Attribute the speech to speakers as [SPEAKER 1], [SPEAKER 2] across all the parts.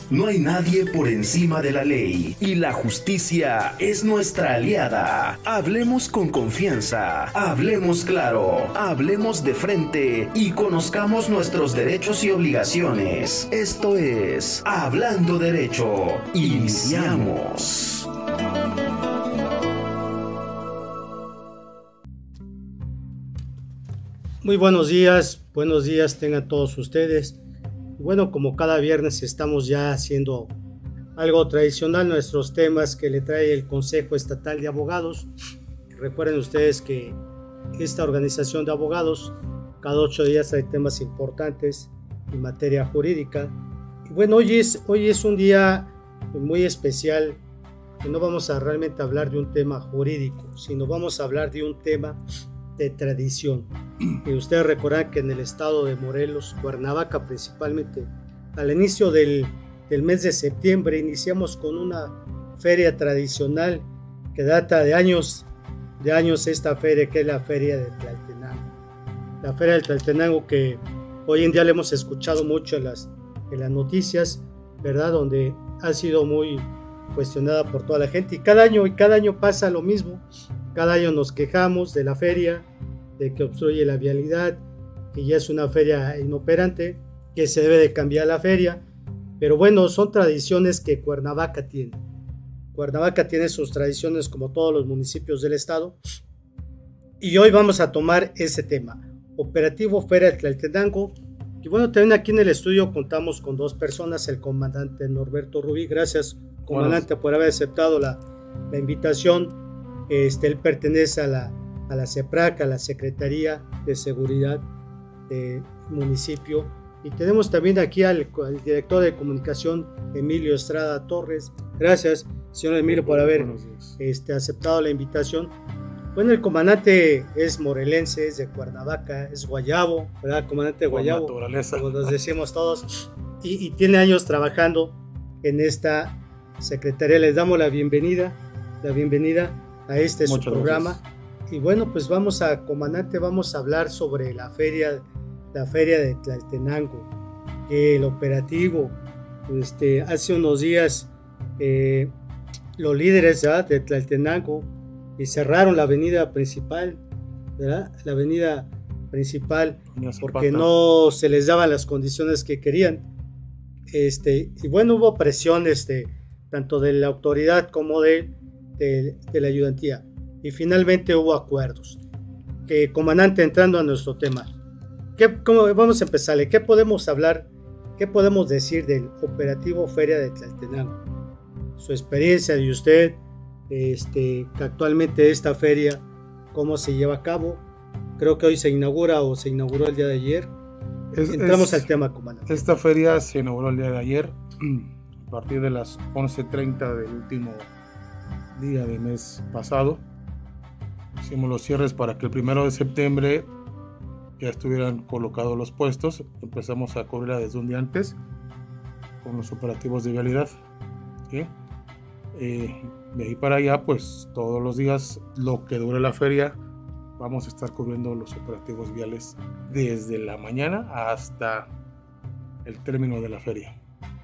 [SPEAKER 1] No hay nadie por encima de la ley y la justicia es nuestra aliada. Hablemos con confianza, hablemos claro, hablemos de frente y conozcamos nuestros derechos y obligaciones. Esto es Hablando Derecho. Iniciamos.
[SPEAKER 2] Muy buenos días tengan todos ustedes. Bueno, como cada viernes estamos ya haciendo algo tradicional, nuestros temas que le trae el Consejo Estatal de Abogados. Recuerden ustedes que esta organización de abogados cada 8 días trae temas importantes en materia jurídica. Y bueno, hoy es un día muy especial, que no vamos a realmente hablar de un tema jurídico, sino vamos a hablar de un tema de tradición. Y ustedes recordarán que en el estado de Morelos, Cuernavaca principalmente, al inicio del mes de septiembre iniciamos con una feria tradicional que data de años esta feria, que es la feria de Tlaltenango. La feria de Tlaltenango, que hoy en día le hemos escuchado mucho en las noticias, ¿verdad? Donde ha sido muy cuestionada por toda la gente, y cada año pasa lo mismo. Cada año nos quejamos de la feria, de que obstruye la vialidad, que ya es una feria inoperante, que se debe de cambiar la feria. Pero bueno, son tradiciones que Cuernavaca tiene. Cuernavaca tiene sus tradiciones como todos los municipios del estado. Y hoy vamos a tomar ese tema, Operativo Feria de Tlaltenango. Y bueno, también aquí en el estudio contamos con 2 personas, el comandante Norberto Rubí. Gracias, comandante, por haber aceptado la invitación. Él pertenece a la CEPRAC, a la Secretaría de Seguridad del municipio. Y tenemos también aquí al director de comunicación, Emilio Estrada Torres. Gracias, señor Emilio, por haber aceptado la invitación. Bueno, el comandante es morelense, es de Cuernavaca, es guayabo, ¿verdad? Comandante guayabo, como nos decimos todos, y tiene años trabajando en esta secretaría. Les damos la bienvenida a este su programa. Gracias. Y bueno, pues comandante, vamos a hablar sobre la feria de Tlaltenango, el operativo. Hace unos días los líderes, ¿verdad?, de Tlaltenango y cerraron la avenida principal, ¿verdad? La avenida principal, porque no se les daban las condiciones que querían. Y bueno, hubo presión tanto de la autoridad como de la ayudantía, y finalmente hubo acuerdos. Comandante, entrando a nuestro tema, vamos a empezarle. ¿Qué podemos hablar? ¿Qué podemos decir del operativo Feria de Tlaltenango? Su experiencia de usted, que actualmente esta feria, ¿cómo se lleva a cabo? Creo que hoy se inauguró el día de ayer. Entramos al tema, comandante.
[SPEAKER 3] Esta feria se inauguró el día de ayer, a partir de las 11:30 del último día del mes pasado. Hicimos los cierres para que el 1 de septiembre ya estuvieran colocados los puestos. Empezamos a cubrirla desde un día antes con los operativos de vialidad, ¿sí? De ahí para allá, pues todos los días, lo que dure la feria, vamos a estar cubriendo los operativos viales desde la mañana hasta el término de la feria.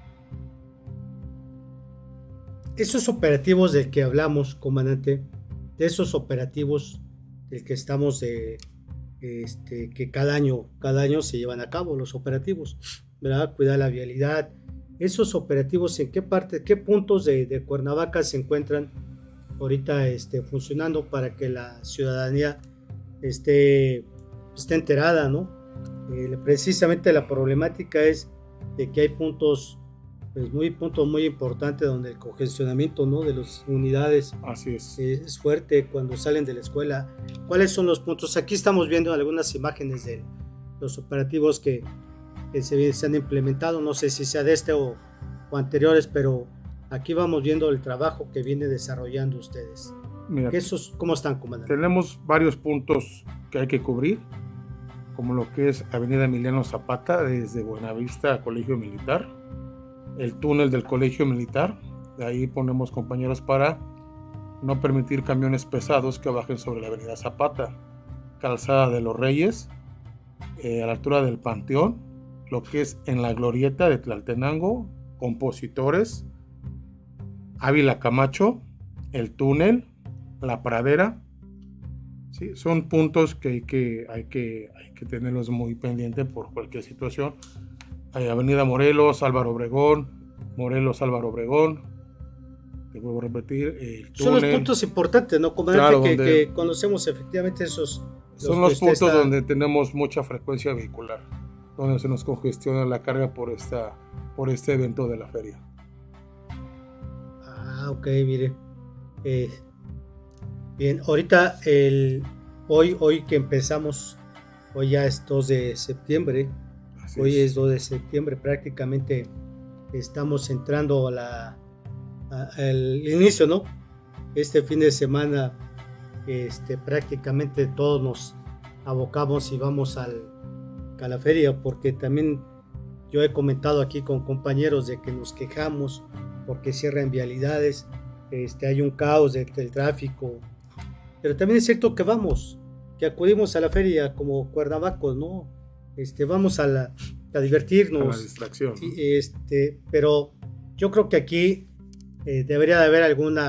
[SPEAKER 2] Esos operativos del que hablamos, comandante, de esos operativos del que estamos, que cada año se llevan a cabo los operativos, ¿verdad? Cuidar la vialidad. Esos operativos, ¿en qué puntos de Cuernavaca se encuentran ahorita funcionando para que la ciudadanía esté enterada, ¿no? Precisamente la problemática es de que hay puntos muy importante donde el congestionamiento, ¿no?, de las unidades.
[SPEAKER 3] Así
[SPEAKER 2] es fuerte cuando salen de la escuela. ¿Cuáles son los puntos? Aquí estamos viendo algunas imágenes de los operativos que se han implementado, no sé si sea de o anteriores, pero aquí vamos viendo el trabajo que viene desarrollando ustedes.
[SPEAKER 3] Mira,
[SPEAKER 2] ¿cómo están, comandante?
[SPEAKER 3] Tenemos varios puntos que hay que cubrir, como lo que es Avenida Emiliano Zapata, desde Buenavista a Colegio Militar, el túnel del Colegio Militar. De ahí ponemos compañeros para no permitir camiones pesados que bajen sobre la Avenida Zapata, Calzada de los Reyes, a la altura del Panteón, lo que es en la glorieta de Tlaltenango, Compositores, Ávila Camacho, El Túnel, La Pradera. Sí, son puntos que hay que tenerlos muy pendientes por cualquier situación. Hay Avenida Morelos, Álvaro Obregón, te vuelvo a repetir, El Túnel.
[SPEAKER 2] Son los puntos importantes, ¿no?
[SPEAKER 3] Claro,
[SPEAKER 2] que conocemos efectivamente esos.
[SPEAKER 3] Son los puntos donde tenemos mucha frecuencia vehicular, donde se nos congestiona la carga por este evento de la feria.
[SPEAKER 2] Ah, ok, mire. Bien, ahorita hoy que empezamos, hoy ya es 2 de septiembre. Hoy es 2 de septiembre, prácticamente estamos entrando al inicio, ¿no? Este fin de semana prácticamente todos nos abocamos y vamos a la feria, porque también yo he comentado aquí con compañeros de que nos quejamos porque cierran vialidades, hay un caos del tráfico, pero también es cierto que acudimos a la feria como cuernavacos, ¿no? Vamos a divertirnos,
[SPEAKER 3] a la distracción, ¿no?
[SPEAKER 2] Pero yo creo que aquí debería de haber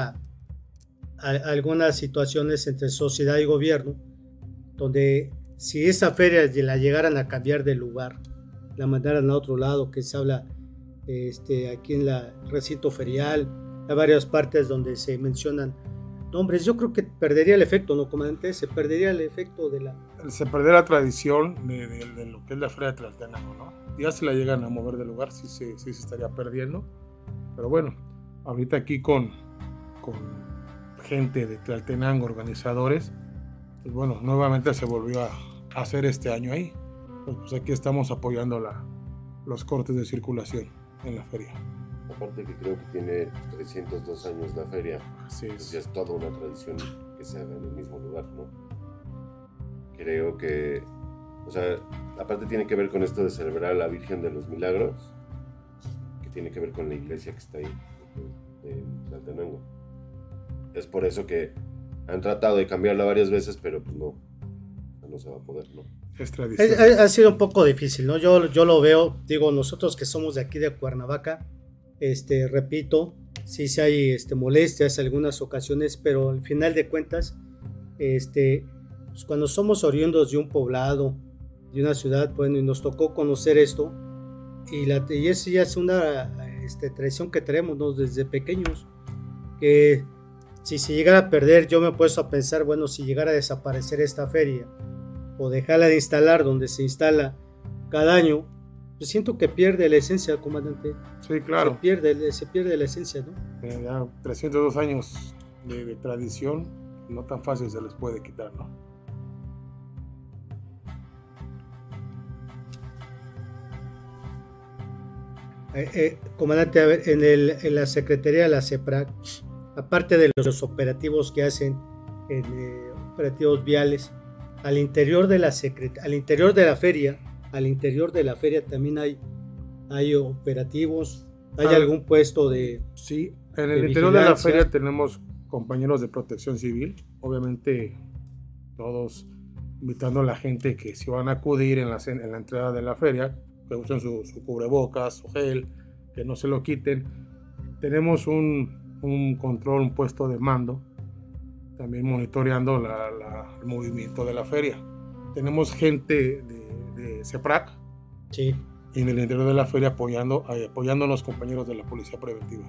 [SPEAKER 2] algunas situaciones entre sociedad y gobierno, donde si esa feria la llegaran a cambiar de lugar, la mandaran a otro lado, que se habla aquí en el recinto ferial, hay varias partes donde se mencionan nombres, yo creo que perdería el efecto, ¿no, comandante? Se perdería el efecto
[SPEAKER 3] se perdería la tradición de lo que es la feria de Tlaltenango, ¿no? Ya se la llegan a mover del lugar, sí se estaría perdiendo, pero bueno, ahorita aquí con gente de Tlaltenango, organizadores, pues bueno, nuevamente se volvió a hacer este año ahí. Pues aquí estamos apoyando los cortes de circulación en la feria.
[SPEAKER 4] Aparte que creo que tiene 302 años la feria.
[SPEAKER 3] Así es.
[SPEAKER 4] Pues ya es toda una tradición que se haga en el mismo lugar, ¿no? Creo que, o sea, aparte tiene que ver con esto de celebrar a la Virgen de los Milagros, que tiene que ver con la iglesia que está ahí, en Tlaltenango. Es por eso que han tratado de cambiarla varias veces, pero pues no se va a poder, ¿no?
[SPEAKER 3] Es tradición.
[SPEAKER 2] Ha sido un poco difícil, ¿no? Yo lo veo, digo, nosotros que somos de aquí de Cuernavaca, repito, sí hay molestias en algunas ocasiones, pero al final de cuentas, pues cuando somos oriundos de un poblado, de una ciudad, bueno, y nos tocó conocer esto, y eso ya es una tradición que tenemos, ¿no? Desde pequeños, que si se llegara a perder, yo me he puesto a pensar, bueno, si llegara a desaparecer esta feria, o dejarla de instalar donde se instala cada año, pues siento que pierde la esencia, comandante.
[SPEAKER 3] Sí, claro.
[SPEAKER 2] Se pierde la esencia, ¿no?
[SPEAKER 3] Ya 302 años de tradición, no tan fácil se les puede quitar, ¿no?
[SPEAKER 2] Comandante, a ver, en la Secretaría de la CEPRAC, aparte de los operativos que hacen, operativos viales, al interior de la feria también hay operativos, hay algún puesto de...
[SPEAKER 3] Sí, en el interior de la feria tenemos compañeros de protección civil, obviamente todos invitando a la gente que si van a acudir en la entrada de la feria, que usen su cubrebocas, su gel, que no se lo quiten. Tenemos un control, un puesto de mando, también monitoreando el movimiento de la feria. Tenemos gente de CEPRAC,
[SPEAKER 2] sí,
[SPEAKER 3] en el interior de la feria apoyando a los compañeros de la Policía Preventiva.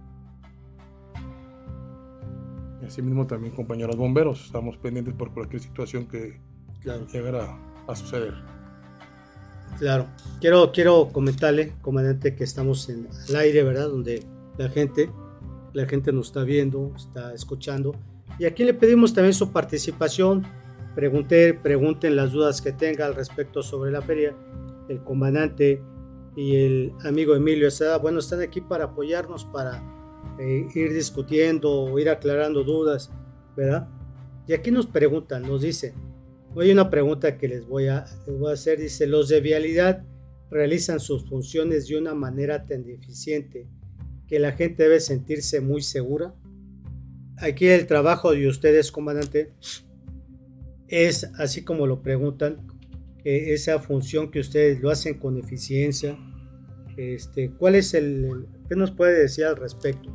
[SPEAKER 3] Y asimismo también compañeros bomberos, estamos pendientes por cualquier situación que llegara a suceder.
[SPEAKER 2] Claro, quiero comentarle, comandante, que estamos al aire, ¿verdad? Donde la gente nos está viendo, está escuchando. Y aquí le pedimos también su participación. Pregunten las dudas que tenga al respecto sobre la feria. El comandante y el amigo Emilio Estrada, bueno, están aquí para apoyarnos, para ir discutiendo, ir aclarando dudas, ¿verdad? Y aquí nos preguntan, nos dicen, hay una pregunta que les voy a hacer, dice, los de vialidad realizan sus funciones de una manera tan deficiente que la gente debe sentirse muy segura. Aquí el trabajo de ustedes, comandante, es así como lo preguntan, esa función que ustedes lo hacen con eficiencia, ¿Cuál es qué nos puede decir al respecto?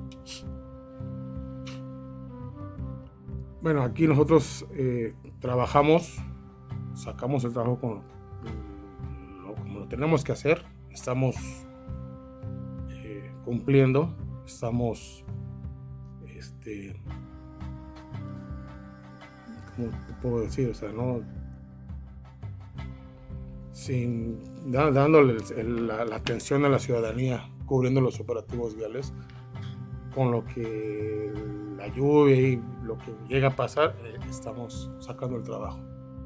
[SPEAKER 3] Bueno, aquí nosotros trabajamos, sacamos el trabajo como lo tenemos que hacer, estamos cumpliendo, estamos, ¿cómo te puedo decir? O sea, no, dándole la atención a la ciudadanía, cubriendo los operativos viales, con lo que la lluvia y lo que llega a pasar, estamos sacando el trabajo.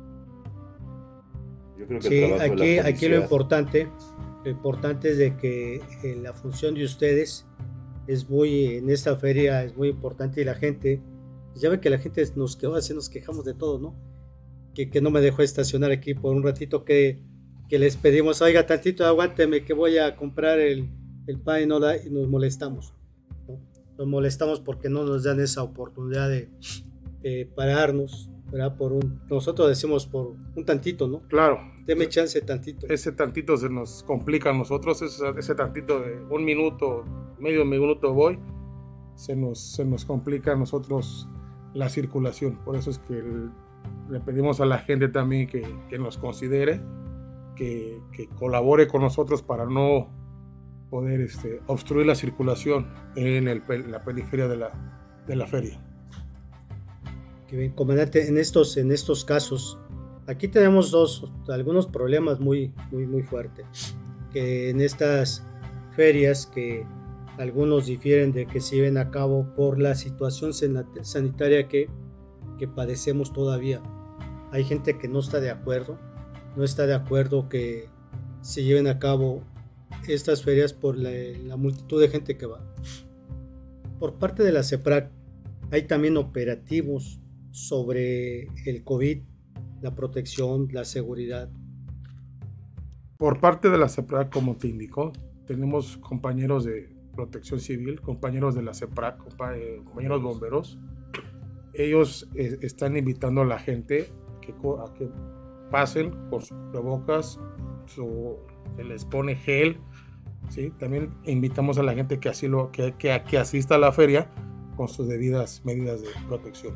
[SPEAKER 4] Yo creo que
[SPEAKER 2] Sí,
[SPEAKER 4] el trabajo de la
[SPEAKER 2] aquí
[SPEAKER 4] policía,
[SPEAKER 2] lo importante es de que la función de ustedes en esta feria es muy importante, y la gente, ya ve que la gente nos quejamos de todo, ¿no? Que no me dejó estacionar aquí por un ratito, que les pedimos, oiga, tantito, aguánteme que voy a comprar el pan, y nos molestamos, ¿no? Nos molestamos porque no nos dan esa oportunidad de pararnos, ¿verdad? Nosotros decimos por un tantito, ¿no?
[SPEAKER 3] Claro.
[SPEAKER 2] Deme chance tantito.
[SPEAKER 3] Ese tantito se nos complica a nosotros, ese tantito de un minuto, medio minuto se nos complica a nosotros la circulación. Por eso es que le pedimos a la gente también que nos considere, que colabore con nosotros para no poder obstruir la circulación en la periferia de la feria.
[SPEAKER 2] Qué bien, comandante, en estos casos, aquí tenemos algunos problemas muy, muy, muy fuertes, que en estas ferias, que algunos difieren de que se lleven a cabo por la situación sanitaria que padecemos todavía. Hay gente que no está de acuerdo que se lleven a cabo estas ferias por la multitud de gente que va. Por parte de la CEPRAC hay también operativos sobre el COVID, la protección, la seguridad.
[SPEAKER 3] Por parte de la CEPRAC, como te indicó, tenemos compañeros de protección civil, compañeros de la CEPRAC, compañeros bomberos. Ellos están invitando a la gente a que pasen con sus cubrebocas, se les pone gel, ¿sí? También invitamos a la gente que asista a la feria con sus debidas medidas de protección.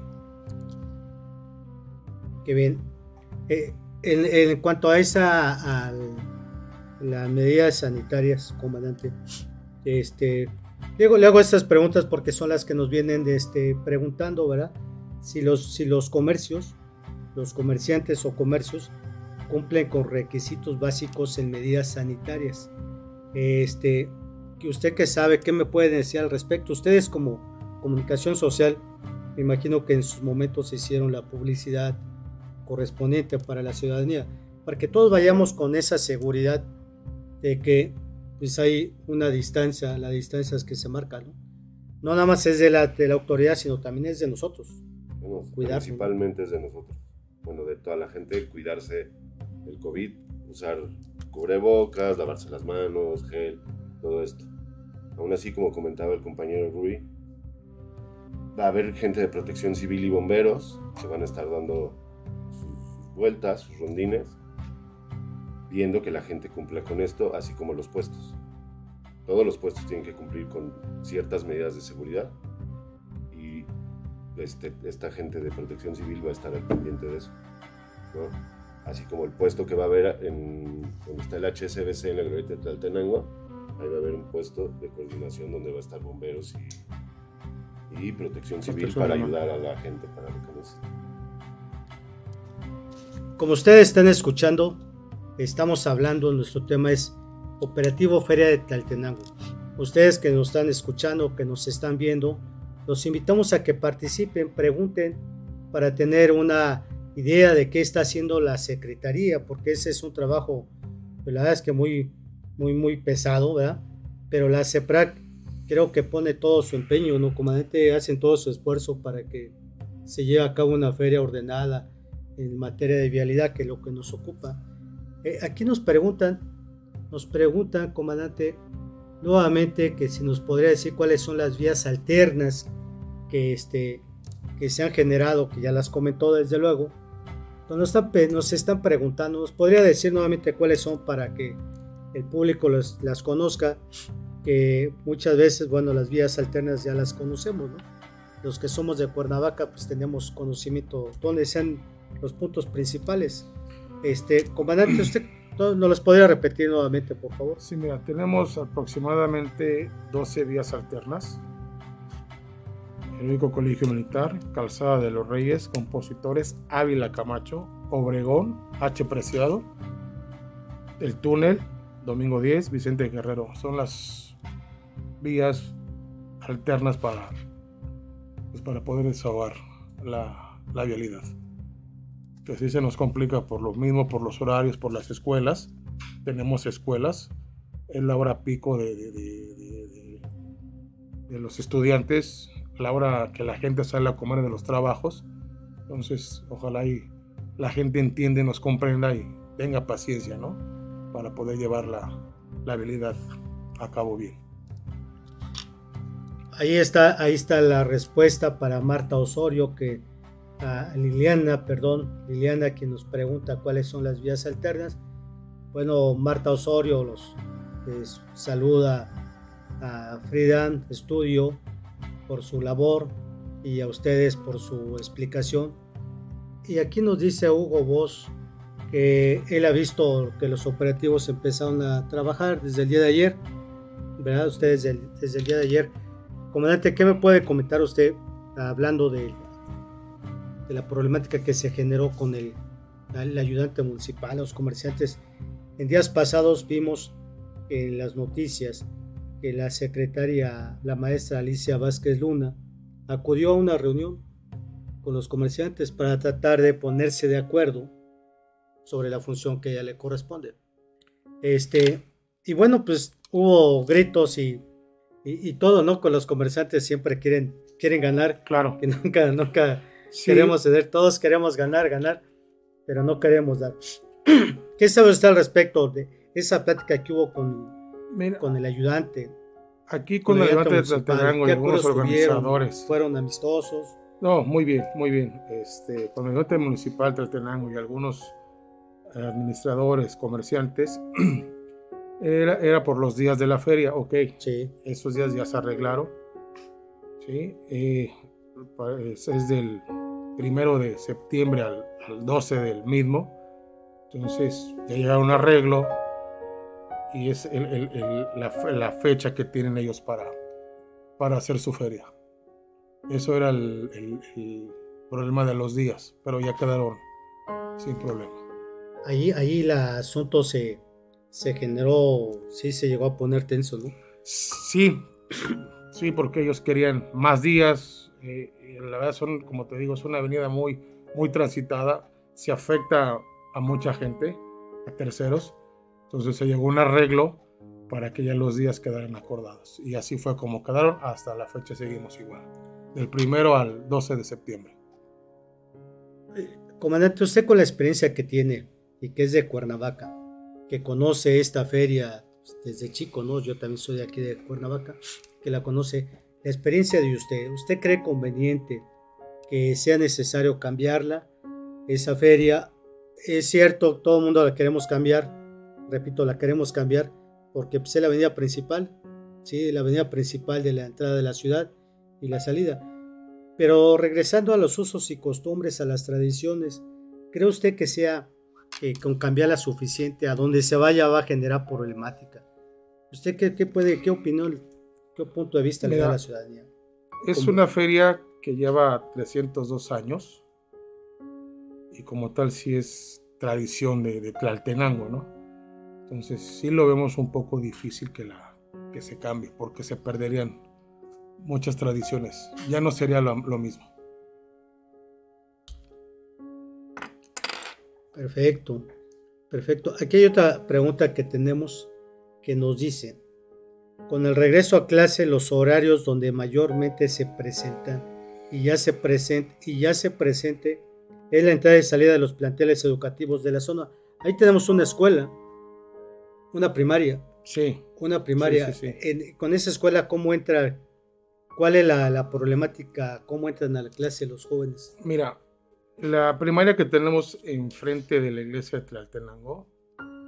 [SPEAKER 2] Qué bien. En cuanto a las medidas sanitarias, comandante, le hago estas preguntas porque son las que nos vienen preguntando, ¿verdad? Si los comerciantes o comercios cumplen con requisitos básicos en medidas sanitarias. Que usted que sabe, ¿qué me puede decir al respecto? Ustedes como comunicación social, me imagino que en sus momentos se hicieron la publicidad correspondiente para la ciudadanía, para que todos vayamos con esa seguridad de que pues hay una distancia, las distancias que se marcan, ¿no? No nada más es de la autoridad, sino también es de nosotros.
[SPEAKER 4] Bueno,
[SPEAKER 2] Cuidar,
[SPEAKER 4] principalmente es de nosotros. Bueno, de toda la gente, cuidarse del COVID, usar cubrebocas, lavarse las manos, gel, todo esto. Aún así, como comentaba el compañero Rui, va a haber gente de protección civil y bomberos que van a estar dando sus vueltas, sus rondines, viendo que la gente cumpla con esto, así como los puestos. Todos los puestos tienen que cumplir con ciertas medidas de seguridad, y esta gente de protección civil va a estar al pendiente de eso, ¿no? Así como el puesto que va a haber donde está el HSBC en la glorieta de Tlaltenango, ahí va a haber un puesto de coordinación donde va a estar bomberos y protección civil para ayudar a la gente para lo que necesite.
[SPEAKER 2] Como ustedes están escuchando, estamos hablando, nuestro tema es Operativo Feria de Tlaltenango. Ustedes que nos están escuchando, que nos están viendo, los invitamos a que participen, pregunten, para tener una idea de qué está haciendo la Secretaría, porque ese es un trabajo, la verdad es que muy, muy, muy pesado, ¿verdad? Pero la CEPRAC creo que pone todo su empeño, ¿no, comandante? Hacen todo su esfuerzo para que se lleve a cabo una feria ordenada en materia de vialidad, que es lo que nos ocupa. Aquí nos preguntan, comandante, nuevamente, que si nos podría decir cuáles son las vías alternas que se han generado, que ya las comentó desde luego. Nos están preguntando, ¿nos podría decir nuevamente cuáles son, para que el público las conozca, que muchas veces, bueno, las vías alternas ya las conocemos, ¿no? Los que somos de Cuernavaca, pues tenemos conocimiento dónde sean los puntos principales. Comandante, ¿usted nos los podría repetir nuevamente, por favor?
[SPEAKER 3] Sí, mira, tenemos aproximadamente 12 vías alternas. Heroico Colegio Militar, Calzada de los Reyes, Compositores, Ávila Camacho, Obregón, H. Preciado, el túnel, Domingo 10, Vicente Guerrero. Son las vías alternas para poder desahogar la vialidad. Que sí se nos complica por lo mismo, por los horarios, por las escuelas. Tenemos escuelas, es la hora pico de los estudiantes, la hora que la gente sale a comer de los trabajos. Entonces, ojalá y la gente entienda, nos comprenda y tenga paciencia, ¿no? Para poder llevar la habilidad a cabo bien.
[SPEAKER 2] Ahí está la respuesta para Marta Osorio, que Liliana, quien nos pregunta cuáles son las vías alternas. Bueno, Marta Osorio saluda a Freedom Studio por su labor y a ustedes por su explicación. Y aquí nos dice Hugo Bosch que él ha visto que los operativos empezaron a trabajar desde el día de ayer, ¿verdad? Ustedes desde el día de ayer. Comandante, ¿qué me puede comentar usted hablando de la problemática que se generó con el ayudante municipal, los comerciantes? En días pasados vimos en las noticias que la secretaria, la maestra Alicia Vázquez Luna, acudió a una reunión con los comerciantes para tratar de ponerse de acuerdo sobre la función que a ella le corresponde. Y bueno, pues hubo gritos y todo, ¿no? Con los comerciantes siempre quieren ganar.
[SPEAKER 3] Claro.
[SPEAKER 2] Que nunca
[SPEAKER 3] Sí.
[SPEAKER 2] queremos ceder. Todos queremos ganar, pero no queremos dar. ¿Qué sabe usted al respecto de esa plática que hubo con el ayudante?
[SPEAKER 3] Aquí con el ayudante de Tlaltenango y algunos organizadores.
[SPEAKER 2] ¿Fueron amistosos?
[SPEAKER 3] No, muy bien, muy bien. Con el ayudante municipal de Tlaltenango y algunos administradores, comerciantes, era por los días de la feria, ok.
[SPEAKER 2] Sí.
[SPEAKER 3] Esos días ya se arreglaron. ¿Sí? Es del 1 de septiembre al 12 del mismo. Entonces ya llegaron a un arreglo y es la fecha que tienen ellos para hacer su feria. Eso era el problema de los días, pero ya quedaron sin problema.
[SPEAKER 2] Ahí el asunto se generó, sí se llegó a poner tenso, ¿no?
[SPEAKER 3] Sí, porque ellos querían más días. La verdad como te digo, es una avenida muy, muy transitada. Se afecta a mucha gente, a terceros. Entonces se llegó a un arreglo para que ya los días quedaran acordados. Y así fue como quedaron. Hasta la fecha seguimos igual. Del 1 al 12 de septiembre.
[SPEAKER 2] Comandante, usted con la experiencia que tiene y que es de Cuernavaca, que conoce esta feria desde chico, ¿no? Yo también soy de aquí de Cuernavaca, que la conoce. La experiencia de ¿usted cree conveniente que sea necesario cambiarla, esa feria? Es cierto, todo el mundo la queremos cambiar, repito, la queremos cambiar porque pues, es la avenida principal, ¿sí? La avenida principal de la entrada de la ciudad y la salida. Pero regresando a los usos y costumbres, a las tradiciones, ¿cree usted que sea con cambiarla suficiente? A donde se vaya va a generar problemática. ¿Usted qué opinión, qué punto de vista le da a la ciudadanía?
[SPEAKER 3] Es una feria que lleva 302 años y como tal sí es tradición de Tlaltenango, ¿no? Entonces sí lo vemos un poco difícil que se cambie, porque se perderían muchas tradiciones. Ya no sería lo mismo.
[SPEAKER 2] Perfecto. Aquí hay otra pregunta que tenemos que nos dice: con el regreso a clase, los horarios donde mayormente se presentan y ya se presente es la entrada y salida de los planteles educativos de la zona. Ahí tenemos una escuela, una primaria.
[SPEAKER 3] Sí.
[SPEAKER 2] Una primaria.
[SPEAKER 3] Sí.
[SPEAKER 2] Con esa escuela, ¿cómo entra? ¿Cuál es la problemática? ¿Cómo entran a la clase los jóvenes?
[SPEAKER 3] Mira, la primaria que tenemos enfrente de la iglesia de Tlaltenango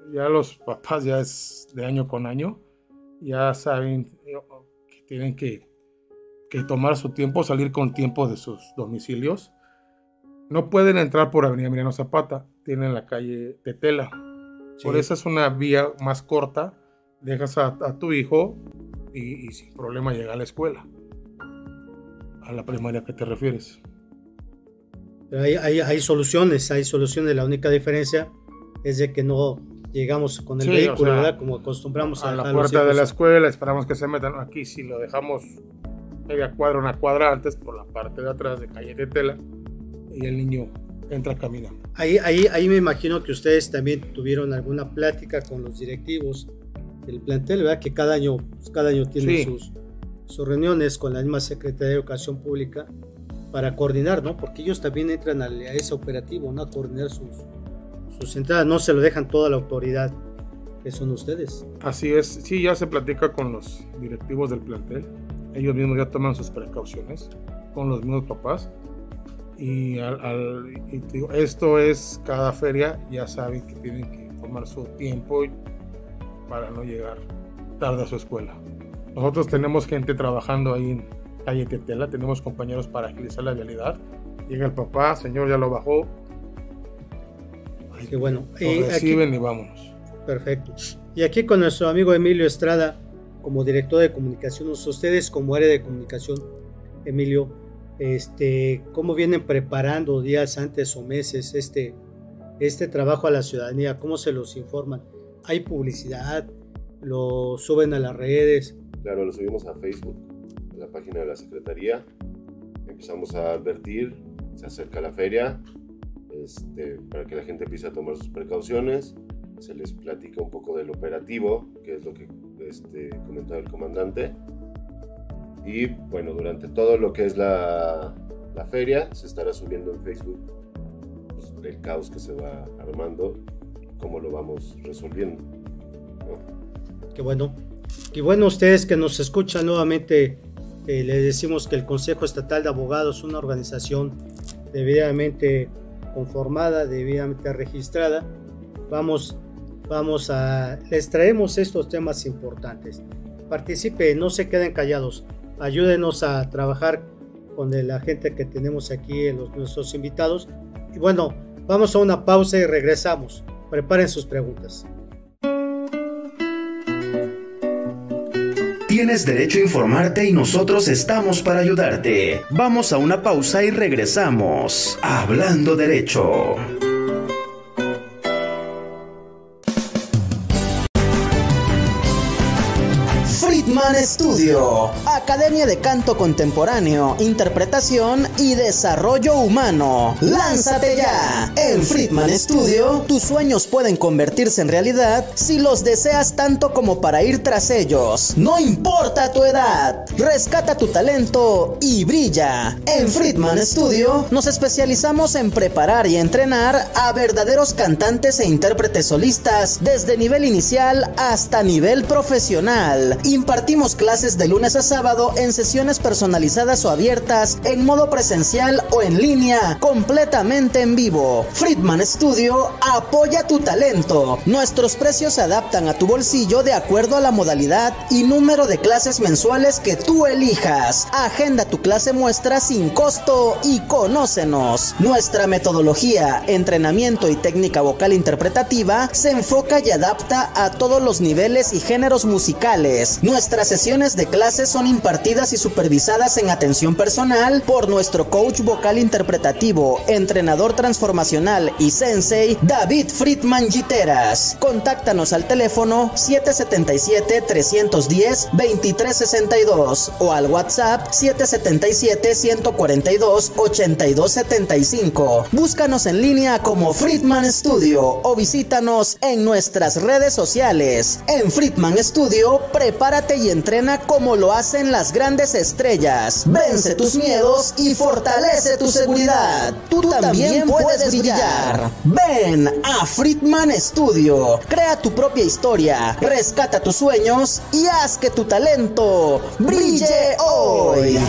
[SPEAKER 3] ya los papás ya es de año con año, ya saben que tienen que tomar su tiempo, salir con tiempo de sus domicilios. No pueden entrar por Avenida Emiliano Zapata, tienen la calle Tetela. Sí. Por eso es una vía más corta, dejas a tu hijo y sin problema llega a la escuela, a la primaria que te refieres.
[SPEAKER 2] Pero hay soluciones, la única diferencia es de que no llegamos con el vehículo, ¿verdad? Como acostumbramos
[SPEAKER 3] a la puerta de la escuela, esperamos que se metan. Aquí si lo dejamos media cuadra, una cuadra antes, por la parte de atrás de calle Tetela, y el niño entra caminando.
[SPEAKER 2] Ahí me imagino que ustedes también tuvieron alguna plática con los directivos del plantel, ¿verdad? Que cada año tienen sus reuniones con la misma Secretaría de Educación Pública para coordinar, ¿no? Porque ellos también entran a ese operativo, ¿no? A coordinar sus entradas, no se lo dejan toda la autoridad que son ustedes.
[SPEAKER 3] Así es, sí, ya se platica con los directivos del plantel, ellos mismos ya toman sus precauciones con los mismos papás. Y digo, esto es cada feria, ya saben que tienen que tomar su tiempo para no llegar tarde a su escuela. Nosotros tenemos gente trabajando ahí en calle Tetela, tenemos compañeros para agilizar la vialidad. Llega el papá, señor, ya lo bajó.
[SPEAKER 2] Qué bueno.
[SPEAKER 3] Lo reciben y vámonos.
[SPEAKER 2] Perfecto. Y aquí con nuestro amigo Emilio Estrada, como director de comunicación, ustedes como área de comunicación, Emilio, ¿cómo vienen preparando días antes o meses este trabajo a la ciudadanía? ¿Cómo se los informan? ¿Hay publicidad? ¿Lo suben a las redes?
[SPEAKER 4] Claro, lo subimos a Facebook, a la página de la Secretaría. Empezamos a advertir, se acerca la feria, para que la gente empiece a tomar sus precauciones. Se les platica un poco del operativo, que es lo que comentaba el comandante. Y bueno, durante todo lo que es la feria, se estará subiendo en Facebook pues, el caos que se va armando, cómo lo vamos resolviendo, ¿no?
[SPEAKER 2] Qué bueno. Y bueno, ustedes que nos escuchan nuevamente, les decimos que el Consejo Estatal de Abogados es una organización debidamente conformada, debidamente registrada. Les traemos estos temas importantes. Participen, no se queden callados. Ayúdenos a trabajar con la gente que tenemos aquí, nuestros invitados. Y bueno, vamos a una pausa y regresamos. Preparen sus preguntas.
[SPEAKER 1] Tienes derecho a informarte y nosotros estamos para ayudarte. Vamos a una pausa y regresamos. Hablando Derecho.
[SPEAKER 5] Friedman Studio, Academia de Canto Contemporáneo, Interpretación y Desarrollo Humano. ¡Lánzate ya! En Friedman Studio, tus sueños pueden convertirse en realidad si los deseas tanto como para ir tras ellos. No importa tu edad, rescata tu talento y brilla. En Friedman Studio, nos especializamos en preparar y entrenar a verdaderos cantantes e intérpretes solistas desde nivel inicial hasta nivel profesional. Impartimos clases de lunes a sábado en sesiones personalizadas o abiertas, en modo presencial o en línea, completamente en vivo. Friedman Studio apoya tu talento. Nuestros precios se adaptan a tu bolsillo de acuerdo a la modalidad y número de clases mensuales que tú elijas. Agenda tu clase muestra sin costo y conócenos. Nuestra metodología, entrenamiento y técnica vocal interpretativa se enfoca y adapta a todos los niveles y géneros musicales. Nuestras sesiones de clases son impartidas y supervisadas en atención personal por nuestro coach vocal interpretativo, entrenador transformacional y sensei David Friedman Giteras. Contáctanos al teléfono 777-310-2362 o al WhatsApp 777-142-8275. Búscanos en línea como Friedman Studio o visítanos en nuestras redes sociales. En Friedman Studio, prepárate y entrena como lo hacen las grandes estrellas. Vence tus miedos y fortalece tu seguridad. Tú también puedes brillar. Ven a Friedman Studio. Crea tu propia historia, rescata tus sueños y haz que tu talento brille hoy.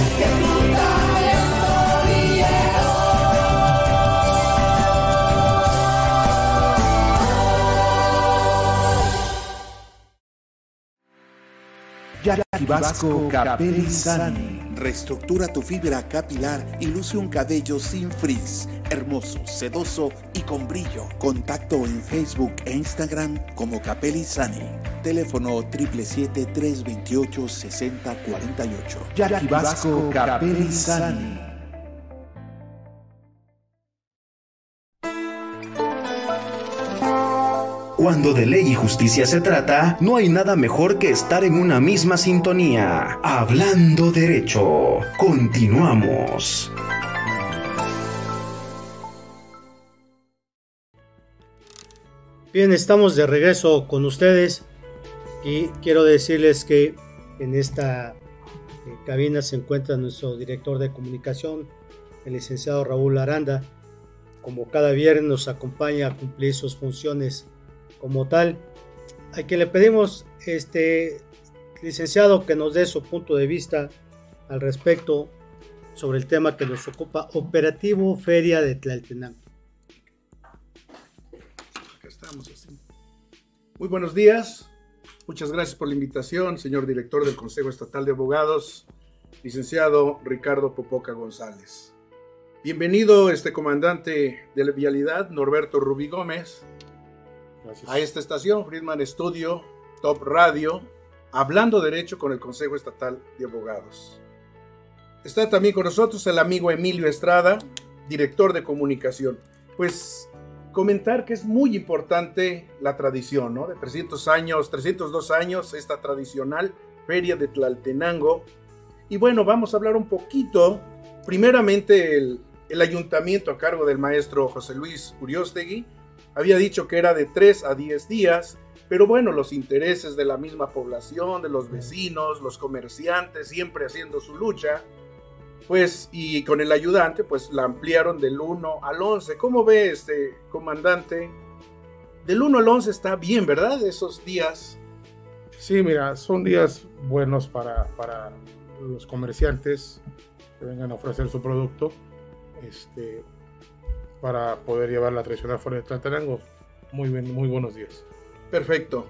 [SPEAKER 6] Jackie Vasco Capelli Sani. Reestructura tu fibra capilar y luce un cabello sin frizz, hermoso, sedoso y con brillo. Contacto en Facebook e Instagram como Capelli Sani. Teléfono 777-328-6048. Jackie Vasco Capelli Sani.
[SPEAKER 1] Cuando de ley y justicia se trata, no hay nada mejor que estar en una misma sintonía. Hablando Derecho. Continuamos.
[SPEAKER 2] Bien, estamos de regreso con ustedes y quiero decirles que en esta cabina se encuentra nuestro director de comunicación, el licenciado Raúl Aranda. Como cada viernes nos acompaña a cumplir sus funciones como tal, a quien le pedimos, licenciado, que nos dé su punto de vista al respecto sobre el tema que nos ocupa, Operativo Feria de Tlaltenango.
[SPEAKER 3] Acá estamos así. Muy buenos días, muchas gracias por la invitación, señor director del Consejo Estatal de Abogados, licenciado Ricardo Popoca González. Bienvenido, comandante de la Vialidad, Norberto Rubí Gómez. Gracias. A esta estación, Friedman Studio, Top Radio, Hablando Derecho con el Consejo Estatal de Abogados. Está también con nosotros el amigo Emilio Estrada, director de comunicación. Pues comentar que es muy importante la tradición, ¿no? De 302 años, esta tradicional Feria de Tlaltenango. Y bueno, vamos a hablar un poquito, primeramente el ayuntamiento a cargo del maestro José Luis Uriostegui había dicho que era de 3 a 10 días, pero bueno, los intereses de la misma población, de los vecinos, los comerciantes, siempre haciendo su lucha, pues, y con el ayudante, pues la ampliaron del 1 al 11. ¿Cómo ve, comandante? Del 1 al 11 está bien, ¿verdad? Esos días. Sí, mira, son días buenos para los comerciantes que vengan a ofrecer su producto, para poder llevar la tradicional Feria de Tlaltenango. Muy bien, muy buenos días. Perfecto.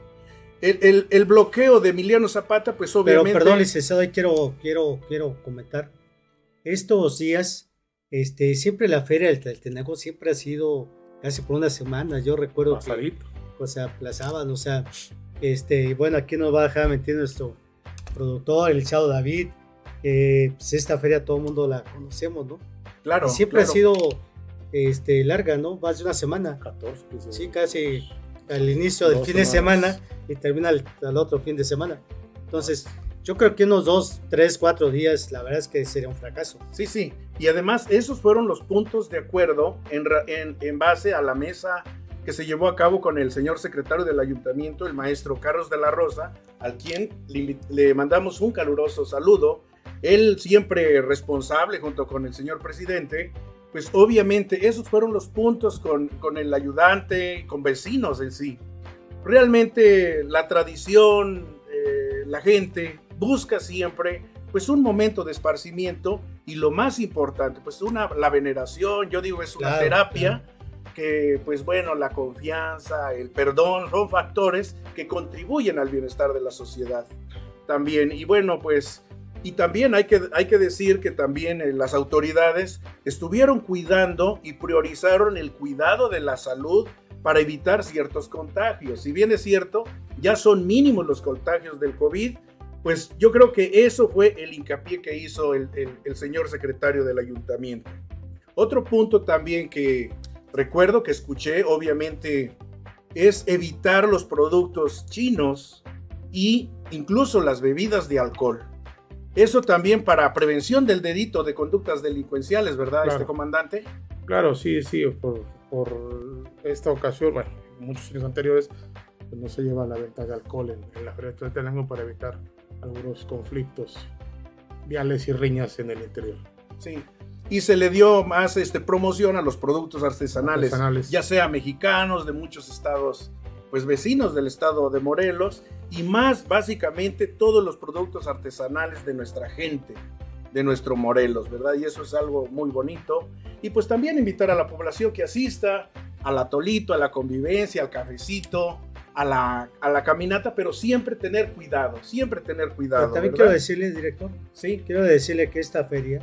[SPEAKER 3] El bloqueo de Emiliano Zapata, pues obviamente...
[SPEAKER 2] Pero perdón, licenciado, ahí quiero comentar. Estos días, siempre la Feria del Tlaltenango siempre ha sido casi por una semana. Yo recuerdo
[SPEAKER 3] Pasadito.
[SPEAKER 2] que se aplazaban, o sea, bueno, aquí nos va a dejar mentir nuestro productor, el licenciado David. Pues esta feria todo el mundo la conocemos, ¿no?
[SPEAKER 3] Claro.
[SPEAKER 2] Y siempre
[SPEAKER 3] claro.
[SPEAKER 2] ha sido larga, ¿no? Más de una semana.
[SPEAKER 3] 14, 15.
[SPEAKER 2] Sí, casi al inicio del fin de semana y termina al otro fin de semana. Entonces, yo creo que unos 2, 3, 4 días, la verdad es que sería un fracaso.
[SPEAKER 3] Sí, sí. Y además, esos fueron los puntos de acuerdo en base a la mesa que se llevó a cabo con el señor secretario del ayuntamiento, el maestro Carlos de la Rosa, al quien le mandamos un caluroso saludo. Él siempre responsable junto con el señor presidente. Pues obviamente esos fueron los puntos con el ayudante, con vecinos en sí. Realmente la tradición, la gente busca siempre pues un momento de esparcimiento y lo más importante, pues la veneración, yo digo es una terapia, que pues bueno, la confianza, el perdón son factores que contribuyen al bienestar de la sociedad también. Y bueno, pues... Y también hay que decir que también las autoridades estuvieron cuidando y priorizaron el cuidado de la salud para evitar ciertos contagios. Si bien es cierto, ya son mínimos los contagios del COVID, pues yo creo que eso fue el hincapié que hizo el señor secretario del ayuntamiento. Otro punto también que recuerdo que escuché, obviamente, es evitar los productos chinos e incluso las bebidas de alcohol. Eso también para prevención del delito de conductas delincuenciales, ¿verdad,
[SPEAKER 7] claro.
[SPEAKER 3] Comandante?
[SPEAKER 7] Claro, sí, por esta ocasión, bueno, muchos años anteriores, pues no se lleva la venta de alcohol en la Feria de Tlaltenango para evitar algunos conflictos viales y riñas en el interior.
[SPEAKER 3] Sí, y se le dio más promoción a los productos artesanales, ya sea mexicanos, de muchos estados, pues vecinos del estado de Morelos, y más básicamente todos los productos artesanales de nuestra gente, de nuestro Morelos, ¿verdad? Y eso es algo muy bonito. Y pues también invitar a la población que asista al atolito, a la convivencia, al cafecito,
[SPEAKER 8] a la caminata, pero siempre tener cuidado,
[SPEAKER 2] Pero también
[SPEAKER 8] ¿verdad?
[SPEAKER 2] quiero decirle, director,
[SPEAKER 8] Sí,
[SPEAKER 2] quiero decirle que esta feria,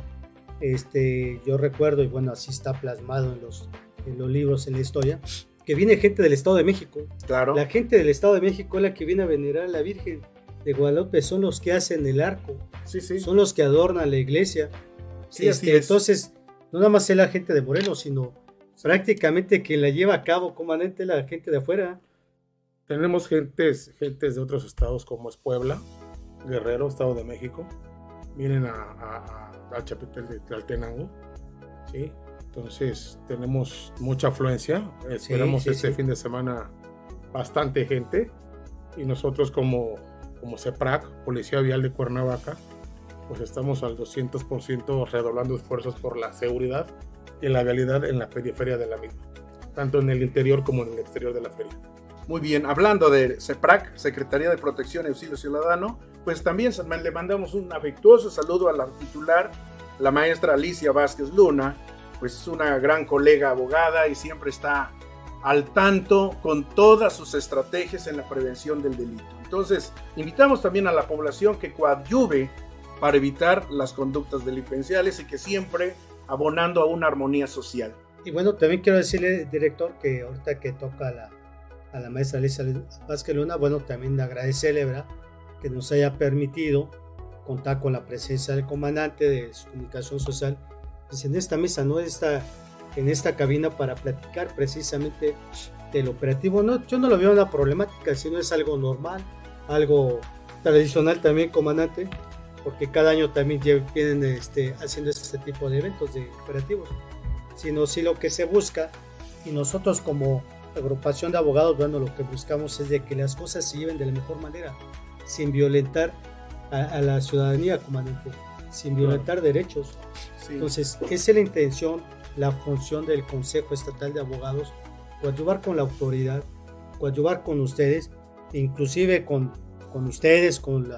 [SPEAKER 2] yo recuerdo, y bueno, así está plasmado en los libros, en la historia, que viene gente del Estado de México.
[SPEAKER 8] claro.
[SPEAKER 2] La gente del Estado de México es la que viene a venerar a la Virgen de Guadalupe, son los que hacen el arco,
[SPEAKER 8] Sí, sí.
[SPEAKER 2] son los que adornan la iglesia.
[SPEAKER 8] Sí, así es.
[SPEAKER 2] Entonces, no nada más es la gente de Morelos, sino prácticamente quien la lleva a cabo, comandante, es la gente de afuera.
[SPEAKER 3] Tenemos gentes de otros estados como es Puebla, Guerrero, Estado de México. Vienen al Chapitel de Tlaltenango, ¿sí? Entonces tenemos mucha afluencia. Esperamos
[SPEAKER 2] sí,
[SPEAKER 3] este
[SPEAKER 2] sí.
[SPEAKER 3] fin de semana bastante gente. Y nosotros como CEPRAC, Policía Vial de Cuernavaca, pues estamos al 200% redoblando esfuerzos por la seguridad y la vialidad en la periferia de la misma, tanto en el interior como en el exterior de la feria.
[SPEAKER 8] Muy bien, hablando de CEPRAC, Secretaría de Protección y Auxilio Ciudadano, pues también le mandamos un afectuoso saludo a la titular, la maestra Alicia Vázquez Luna, pues es una gran colega abogada y siempre está al tanto con todas sus estrategias en la prevención del delito. Entonces, invitamos también a la población que coadyuve para evitar las conductas delincuenciales y que siempre abonando a una armonía social.
[SPEAKER 2] Y bueno, también quiero decirle, director, que ahorita que toca a la maestra Alicia Vázquez Luna, bueno, también agradecerle, ¿verdad?, que nos haya permitido contar con la presencia del comandante de su comunicación social, pues en esta mesa, ¿no?, en esta cabina para platicar precisamente del operativo. No, yo no lo veo una problemática, sino es algo normal, algo tradicional también, comandante, porque cada año también vienen haciendo este tipo de eventos, de operativos, sino si lo que se busca, y nosotros como agrupación de abogados, bueno, lo que buscamos es de que las cosas se lleven de la mejor manera, sin violentar a la ciudadanía, comandante, sin violentar derechos.
[SPEAKER 8] Sí.
[SPEAKER 2] Entonces, esa es la intención, la función del Consejo Estatal de Abogados, coadyuvar con la autoridad, coadyuvar con ustedes, inclusive con ustedes, con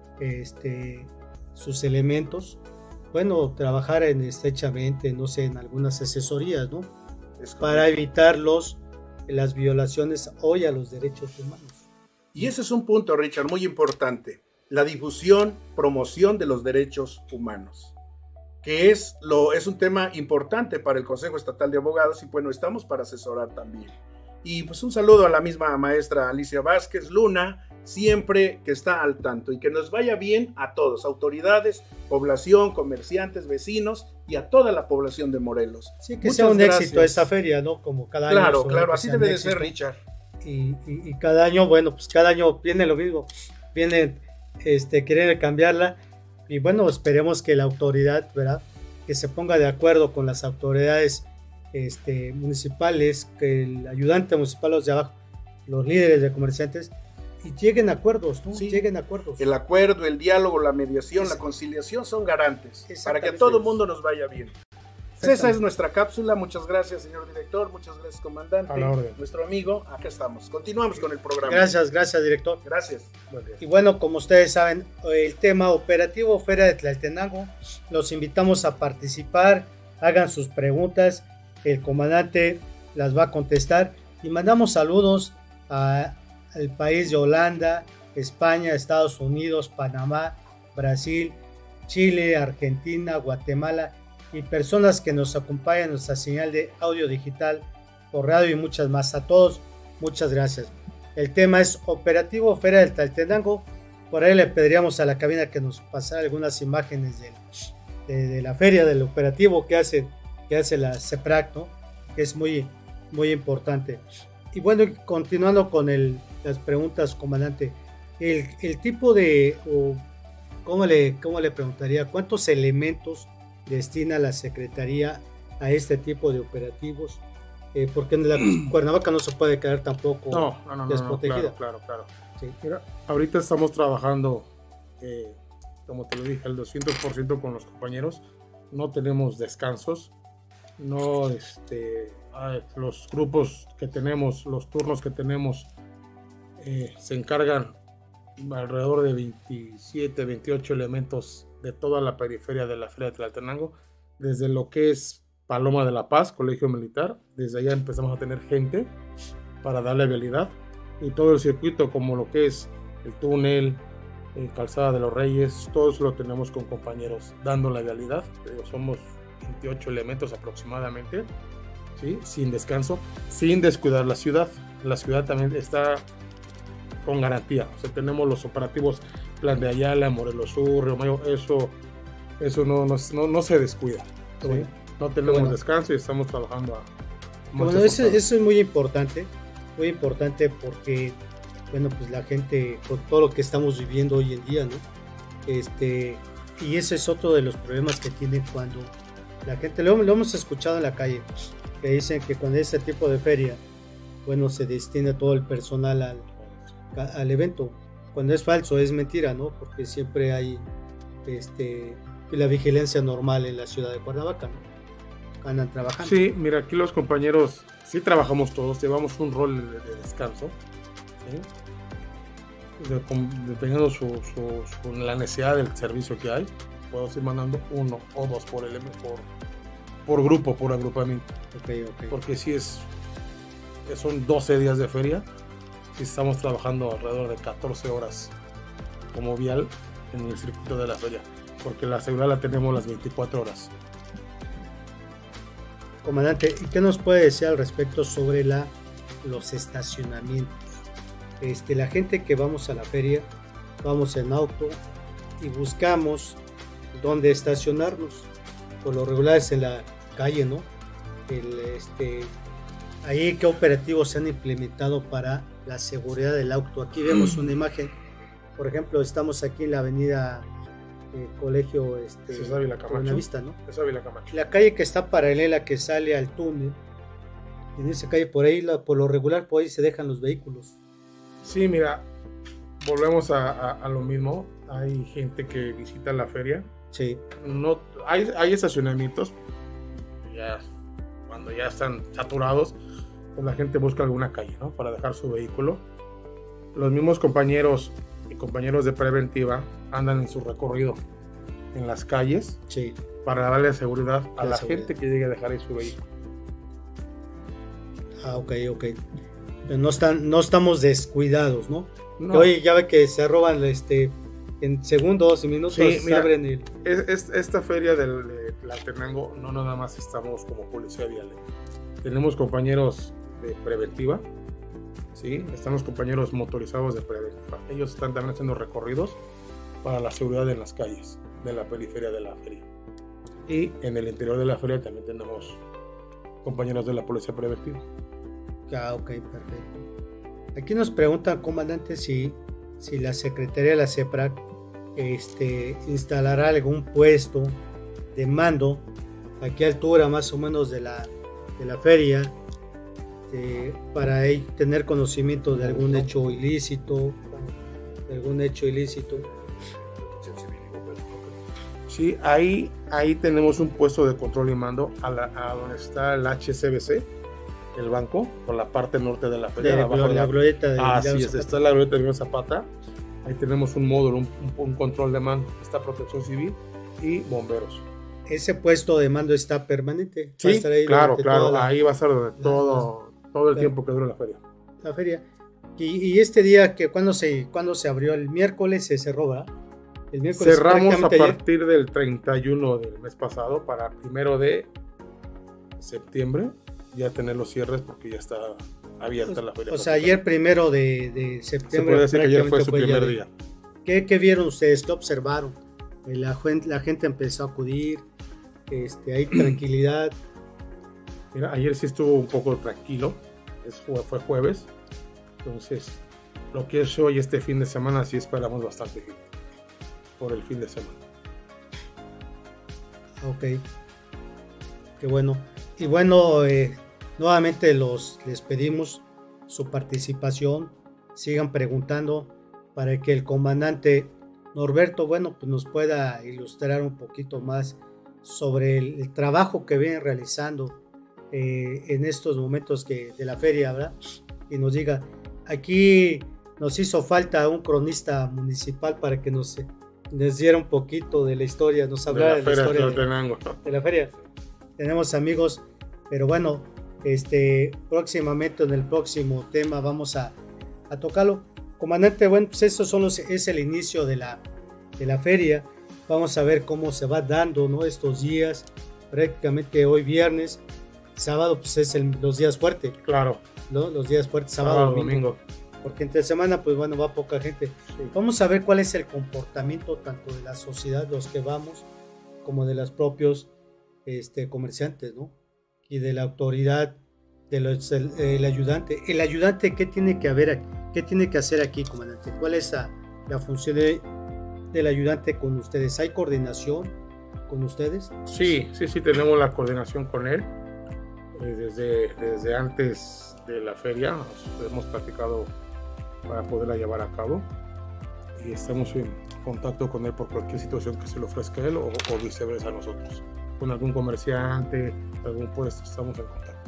[SPEAKER 2] sus elementos, bueno, trabajar estrechamente, no sé, en algunas asesorías, ¿no?, para evitar las violaciones hoy a los derechos humanos.
[SPEAKER 8] Y ese es un punto, Richard, muy importante. La difusión, promoción de los derechos humanos, que es un tema importante para el Consejo Estatal de Abogados y bueno, estamos para asesorar también. Y pues un saludo a la misma maestra Alicia Vázquez Luna, siempre que está al tanto y que nos vaya bien a todos, autoridades, población, comerciantes, vecinos y a toda la población de Morelos.
[SPEAKER 2] Sí, que
[SPEAKER 8] Muchas
[SPEAKER 2] sea un
[SPEAKER 8] gracias.
[SPEAKER 2] éxito esta feria, ¿no?, como cada año.
[SPEAKER 8] Claro,
[SPEAKER 2] sobre
[SPEAKER 8] claro,
[SPEAKER 2] que
[SPEAKER 8] así
[SPEAKER 2] sea un
[SPEAKER 8] debe de
[SPEAKER 2] éxito.
[SPEAKER 8] ser, Richard.
[SPEAKER 2] Y cada año, bueno, pues cada año viene lo mismo, vienen querer cambiarla, y bueno, esperemos que la autoridad, ¿verdad?, que se ponga de acuerdo con las autoridades municipales, que el ayudante municipal, los de abajo, los líderes de comerciantes, y lleguen a acuerdos, ¿no?
[SPEAKER 8] Sí.
[SPEAKER 2] Lleguen a acuerdos.
[SPEAKER 8] El acuerdo, el diálogo, la mediación, la
[SPEAKER 2] Exacto.
[SPEAKER 8] conciliación son garantes para que a
[SPEAKER 2] Exactamente.
[SPEAKER 8] todo el mundo nos vaya bien. Esa es nuestra cápsula. Muchas gracias, señor director. Muchas gracias, comandante.
[SPEAKER 3] A la orden.
[SPEAKER 8] Nuestro amigo, acá estamos. Continuamos con el programa.
[SPEAKER 2] Gracias, director.
[SPEAKER 8] Gracias.
[SPEAKER 2] Y bueno, como ustedes saben, el tema operativo Feria de Tlaltenango, los invitamos a participar, hagan sus preguntas, el comandante las va a contestar, y mandamos saludos al país de Holanda, España, Estados Unidos, Panamá, Brasil, Chile, Argentina, Guatemala, y personas que nos acompañan en nuestra señal de audio digital por radio y muchas más. A todos, muchas gracias. El tema es operativo Feria del Tlaltenango. Por ahí le pediríamos a la cabina que nos pasara algunas imágenes de la feria, del operativo que hace la CEPRAC, ¿no?, que es muy, muy importante. Y bueno, continuando con las preguntas, comandante, el tipo de, ¿cómo le preguntaría? ¿Cuántos elementos destina la Secretaría a este tipo de operativos? Porque en la Cuernavaca no se puede quedar tampoco desprotegida.
[SPEAKER 3] Claro.
[SPEAKER 2] Sí.
[SPEAKER 3] Mira, ahorita estamos trabajando, como te lo dije, al 200% con los compañeros. No tenemos descansos. No, los grupos que tenemos, los turnos que tenemos, se encargan alrededor de 27, 28 elementos de toda la periferia de la Feria de Tlaltenango, desde lo que es Paloma de la Paz, Colegio Militar. Desde allá empezamos a tener gente para darle vialidad. y todo el circuito, como lo que es el túnel, Calzada de los Reyes, todo eso lo tenemos con compañeros dando la vialidad. Somos 28 elementos aproximadamente, ¿sí? Sin descanso, sin descuidar la ciudad. La ciudad también está con garantía, o sea, tenemos los operativos Plan de Ayala, Morelos Sur, Río Mayo, eso no se descuida, ¿sí?
[SPEAKER 2] Bueno.
[SPEAKER 3] No tenemos
[SPEAKER 2] Bueno.
[SPEAKER 3] descanso y estamos trabajando a
[SPEAKER 2] Bueno, eso es muy importante porque, bueno, pues la gente, con todo lo que estamos viviendo hoy en día, ¿no? Y ese es otro de los problemas que tiene cuando la gente, lo hemos escuchado en la calle, que dicen que con este tipo de feria, bueno, se destina todo el personal al evento. Cuando es falso, es mentira, ¿no? Porque siempre hay la vigilancia normal en la ciudad de Cuernavaca, ¿no? Andan trabajando.
[SPEAKER 3] Sí, mira, aquí los compañeros sí trabajamos todos, llevamos un rol de descanso, ¿sí? Dependiendo con la necesidad del servicio que hay, puedo ir mandando 1 o 2 por grupo, por agrupamiento.
[SPEAKER 2] Okay.
[SPEAKER 3] Porque si son 12 días de feria, si estamos trabajando alrededor de 14 horas como vial en el circuito de la feria, porque la seguridad la tenemos las 24 horas.
[SPEAKER 2] Comandante, ¿y qué nos puede decir al respecto sobre los estacionamientos? La gente que vamos a la feria, vamos en auto y buscamos dónde estacionarnos. Por lo regular es en la calle, ¿no? Ahí, ¿qué operativos se han implementado para la seguridad del auto? Aquí vemos una imagen, por ejemplo, estamos aquí en la avenida Colegio Buenavista, ¿no?
[SPEAKER 3] Es Ávila Camacho.
[SPEAKER 2] La calle que está paralela, que sale al túnel, en esa calle por ahí, por lo regular, por ahí se dejan los vehículos.
[SPEAKER 3] Sí, mira, volvemos a lo mismo. Hay gente que visita la feria.
[SPEAKER 2] Sí.
[SPEAKER 3] No, hay estacionamientos. Cuando ya están saturados, pues la gente busca alguna calle, ¿no? Para dejar su vehículo. Los mismos compañeros y compañeros de preventiva andan en su recorrido en las calles,
[SPEAKER 2] sí,
[SPEAKER 3] para darle seguridad a la gente que llegue a dejar ahí su vehículo.
[SPEAKER 2] Ok. Pero no estamos descuidados, ¿no?
[SPEAKER 3] No.
[SPEAKER 2] Hoy ya ve que se roban en segundos y minutos,
[SPEAKER 3] sí, mira,
[SPEAKER 2] abren
[SPEAKER 3] esta feria de Tlaltenango no nada más estamos como policía vial. Tenemos compañeros de preventiva, ¿sí? Están los compañeros motorizados de preventiva. Ellos están también haciendo recorridos para la seguridad en las calles de la periferia de la feria. Y en el interior de la feria también tenemos compañeros de la policía preventiva.
[SPEAKER 2] Ok, perfecto. Aquí nos preguntan, comandante, si la Secretaría de la CEPRAC instalará algún puesto de mando a qué altura más o menos de la feria, para ahí tener conocimiento de algún hecho ilícito,
[SPEAKER 3] Sí, ahí tenemos un puesto de control y mando a donde está el HSBC, el banco, por la parte norte de la feria.
[SPEAKER 2] La glorieta de
[SPEAKER 3] así es, está la glorieta de Emiliano Zapata. Ahí tenemos un módulo, un control de mando, está Protección Civil y bomberos.
[SPEAKER 2] ¿Ese puesto de mando está permanente?
[SPEAKER 3] Sí, claro, ahí va a estar todo el tiempo que dura la feria.
[SPEAKER 2] Y este día, ¿cuándo se abrió? El miércoles se cerró, ¿verdad? El miércoles
[SPEAKER 3] cerramos a partir del 31 del mes pasado para el 1 de septiembre ya tener los cierres, porque ya está abierta la feria.
[SPEAKER 2] O sea, ayer 1 de septiembre.
[SPEAKER 3] Se puede decir que ayer fue su primer día.
[SPEAKER 2] ¿Qué vieron ustedes? ¿Qué observaron? La gente empezó a acudir, hay tranquilidad.
[SPEAKER 3] Mira, ayer sí estuvo un poco tranquilo, fue jueves, entonces lo que es hoy, este fin de semana, sí esperamos bastante bien por el fin de semana.
[SPEAKER 2] Ok, qué bueno. Y bueno, nuevamente les pedimos su participación, sigan preguntando para que el comandante Norberto, bueno, pues nos pueda ilustrar un poquito más sobre el trabajo que vienen realizando en estos momentos de la feria, ¿verdad? Y nos diga, aquí nos hizo falta un cronista municipal para que nos diera un poquito de la historia, nos hablara de la historia de la feria. Tenemos amigos, pero bueno, próximamente en el próximo tema vamos a tocarlo. Comandante, bueno, pues es el inicio de la feria. Vamos a ver cómo se va dando, ¿no? Estos días, prácticamente hoy viernes, sábado pues es los días fuertes.
[SPEAKER 7] Claro.
[SPEAKER 2] ¿No? Los días fuertes, sábado, domingo. Porque entre semana, pues bueno, va poca gente. Sí. Vamos a ver cuál es el comportamiento tanto de la sociedad, los que vamos, como de los propios comerciantes, ¿no? Y de la autoridad, el ayudante. El ayudante, ¿qué tiene que hacer aquí, comandante? ¿Cuál es la función del ayudante con ustedes? ¿Hay coordinación con ustedes?
[SPEAKER 7] Sí, tenemos la coordinación con él. Desde antes de la feria hemos platicado para poderla llevar a cabo y estamos en contacto con él por cualquier situación que se le ofrezca a él o viceversa a nosotros. Con algún comerciante, algún puesto, estamos en contacto.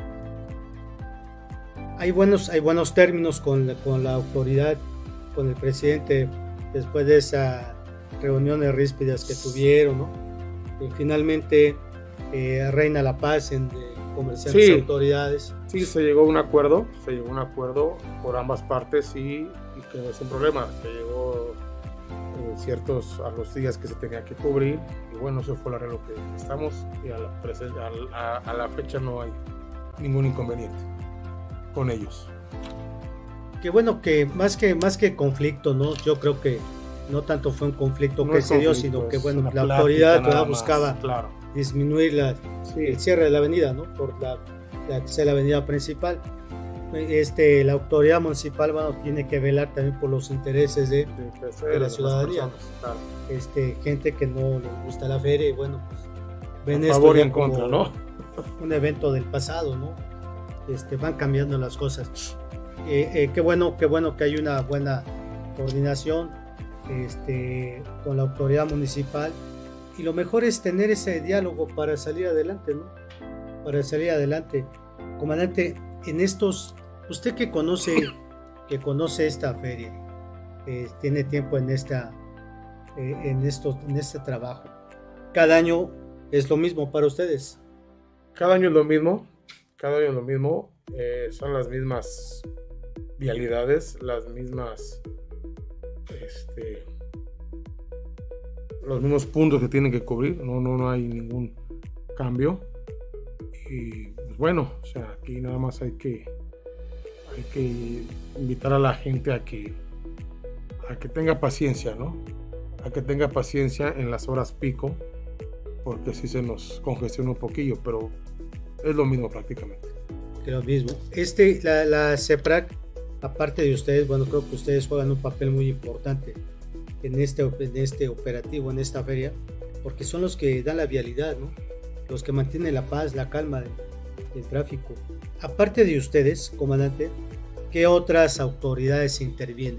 [SPEAKER 2] Hay buenos términos con la autoridad, con el presidente, después de esas reuniones ríspidas que tuvieron, ¿no? Y finalmente reina la paz entre comerciantes y autoridades.
[SPEAKER 7] Sí, se llegó a un acuerdo por ambas partes y quedó sin problema. Se llegó a los días que se tenía que cubrir y bueno, eso fue el arreglo que estamos y a la fecha no hay ningún inconveniente con ellos.
[SPEAKER 2] Qué bueno que más que conflicto, ¿no? Yo creo que no tanto fue un conflicto que se dio, sino que bueno, la autoridad buscaba disminuir el cierre de la avenida, ¿no? Por la avenida principal. La autoridad municipal, bueno, tiene que velar también por los intereses de la ciudadanía,
[SPEAKER 7] claro.
[SPEAKER 2] Gente que no les gusta la feria y bueno, pues ven
[SPEAKER 7] a favor y en contra, ¿no?
[SPEAKER 2] Un evento del pasado, ¿no? Van cambiando las cosas. Qué bueno que hay una buena coordinación con la autoridad municipal y lo mejor es tener ese diálogo para salir adelante, ¿no? Para salir adelante. Comandante, usted que conoce esta feria, tiene tiempo en este trabajo, cada año es lo mismo para ustedes.
[SPEAKER 7] Cada año es lo mismo, son las mismas vialidades, las mismas los mismos puntos que tienen que cubrir, no hay ningún cambio y pues bueno, o sea, aquí nada más hay que invitar a la gente a que tenga paciencia, ¿no? A que tenga paciencia en las horas pico, porque sí se nos congestiona un poquillo, pero es lo mismo prácticamente.
[SPEAKER 2] Lo mismo. La CEPRAC, aparte de ustedes, bueno, creo que ustedes juegan un papel muy importante en este operativo, en esta feria, porque son los que dan la vialidad, ¿no? Los que mantienen la paz, la calma del tráfico. Aparte de ustedes, comandante, ¿qué otras autoridades intervienen?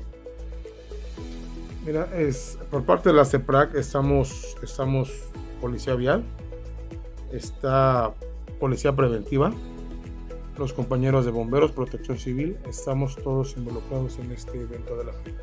[SPEAKER 7] Mira, por parte de la CEPRAC estamos Policía Vial, está Policía Preventiva, los compañeros de bomberos, Protección Civil, estamos todos involucrados en este evento de la feria.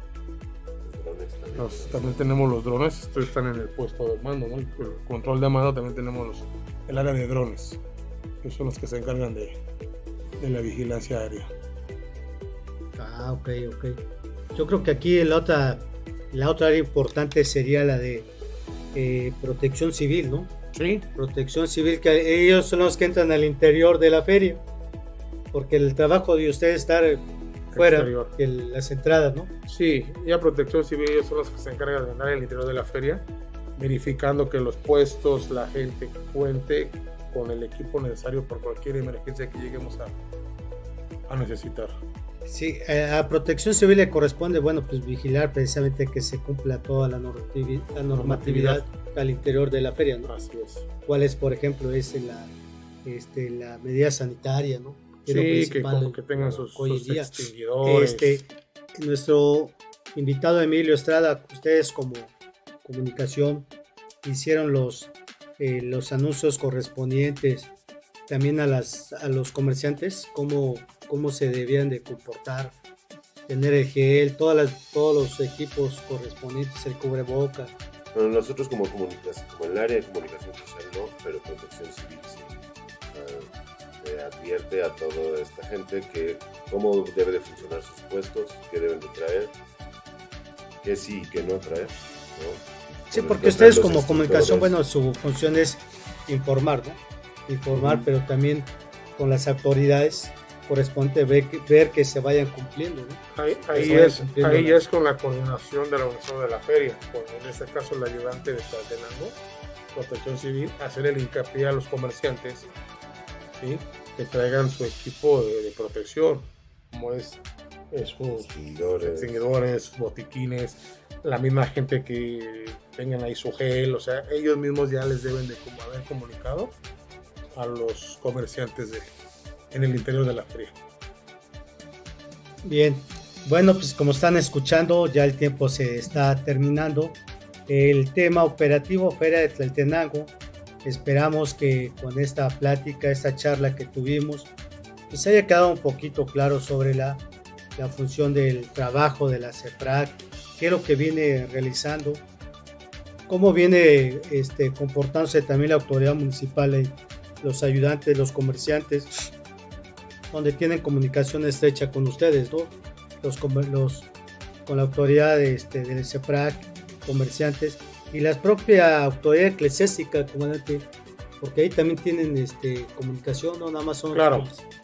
[SPEAKER 7] También tenemos los drones, estos están en el puesto de mando, ¿no? El control de mando, también tenemos el área de drones, que son los que se encargan de la vigilancia aérea.
[SPEAKER 2] Ok. Yo creo que aquí la otra área importante sería la de Protección Civil, ¿no?
[SPEAKER 7] Sí.
[SPEAKER 2] Protección Civil, que ellos son los que entran al interior de la feria, porque el trabajo de ustedes es estar fuera de las entradas, ¿no?
[SPEAKER 7] Sí, ya Protección Civil, ellos son los que se encargan de andar en el interior de la feria, verificando que los puestos, la gente cuente con el equipo necesario por cualquier emergencia que lleguemos a necesitar.
[SPEAKER 2] Sí, a Protección Civil le corresponde, bueno, pues vigilar precisamente que se cumpla toda la normatividad al interior de la feria, ¿no?
[SPEAKER 7] Así es.
[SPEAKER 2] ¿Cuál es, por ejemplo, la medida sanitaria, ¿no?
[SPEAKER 7] Sí, que tengan sus extinguidores.
[SPEAKER 2] Nuestro invitado Emilio Estrada, ustedes como comunicación hicieron los anuncios correspondientes también a los comerciantes, cómo se debían de comportar, tener el gel, todos los equipos correspondientes, el cubreboca.
[SPEAKER 4] Bueno, nosotros como el área de comunicación social no, pero Protección Civil sí. se advierte a toda esta gente que cómo debe de funcionar sus puestos, qué deben de traer, qué sí y qué no traer, ¿no?
[SPEAKER 2] Sí, porque ustedes como comunicación, bueno, su función es informar, ¿no? Informar, pero también con las autoridades corresponde ver que se vayan cumpliendo, ¿no?
[SPEAKER 7] Ahí es con la coordinación de la organización de la feria, con en este caso el ayudante de Tlaltenango, Protección Civil, hacer el hincapié a los comerciantes, ¿sí? Que traigan su equipo de protección, como es sus extinguidores, sus botiquines, la misma gente que tengan ahí su gel, o sea, ellos mismos ya les deben de haber comunicado a los comerciantes en el interior de la feria.
[SPEAKER 2] Bien, bueno, pues como están escuchando, ya el tiempo se está terminando. El tema operativo Feria de Tlaltenango, esperamos que con esta plática, esta charla que tuvimos, pues haya quedado un poquito claro sobre la función del trabajo de la CEPRAC, qué es lo que viene realizando, cómo viene comportándose también la autoridad municipal, los ayudantes, los comerciantes, donde tienen comunicación estrecha con ustedes, ¿no? Con la autoridad del CEPRAC, comerciantes, y la propia autoridad eclesiástica, comandante, porque ahí también tienen comunicación, no nada más son
[SPEAKER 7] claro.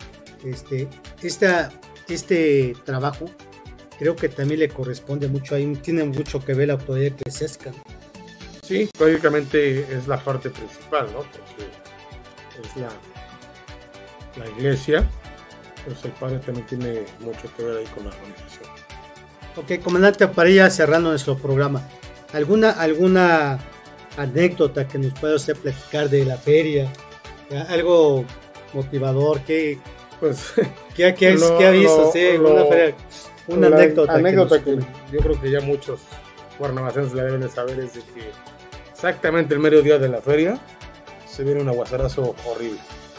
[SPEAKER 2] Este trabajo creo que también le corresponde mucho, ahí tiene mucho que ver la autoridad eclesiástica, ¿no?
[SPEAKER 7] Sí, lógicamente es la parte principal, ¿no? Porque es la iglesia, pues el padre también tiene mucho que ver ahí con la organización.
[SPEAKER 2] Ok, comandante, para ir cerrando nuestro programa, ¿alguna anécdota que nos pueda usted platicar de la feria? ¿Algo motivador? ¿Qué ha visto usted en una feria? Una anécdota
[SPEAKER 7] que yo creo que ya muchos guarnavacenses la deben de saber, es de que exactamente el mediodía de la feria se viene un aguacerazo horrible.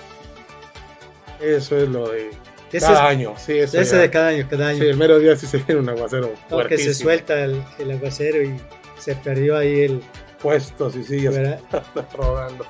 [SPEAKER 7] Eso es lo de cada año. Sí,
[SPEAKER 2] ese de cada año.
[SPEAKER 7] Sí, el mediodía sí se viene un aguacero fuertísimo.
[SPEAKER 2] Que se suelta el aguacero y se perdió ahí el...
[SPEAKER 7] Puestos y sillas rodando.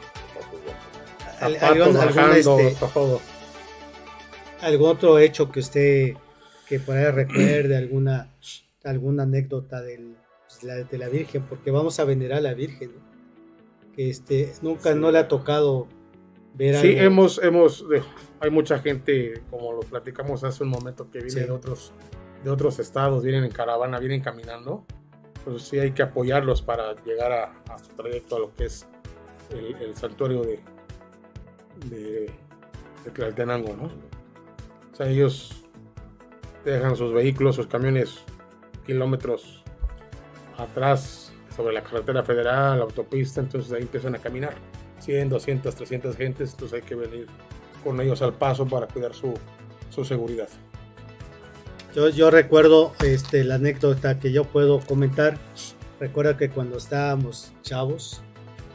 [SPEAKER 2] ¿Algún otro hecho que usted por ahí recuerde, alguna anécdota de la Virgen? Porque vamos a venerar a la Virgen, ¿no? Que nunca no le ha tocado ver
[SPEAKER 7] sí,
[SPEAKER 2] algo.
[SPEAKER 7] hay mucha gente, como lo platicamos hace un momento, que viene de otros estados, vienen en caravana, vienen caminando, pues sí hay que apoyarlos para llegar a su trayecto a lo que es el santuario de Tlaltenango, ¿no? O sea, ellos dejan sus vehículos, sus camiones kilómetros atrás sobre la carretera federal, la autopista, entonces ahí empiezan a caminar 100, 200, 300 gentes, entonces hay que venir con ellos al paso para cuidar su seguridad.
[SPEAKER 2] Yo recuerdo la anécdota que yo puedo comentar. Recuerdo que cuando estábamos chavos,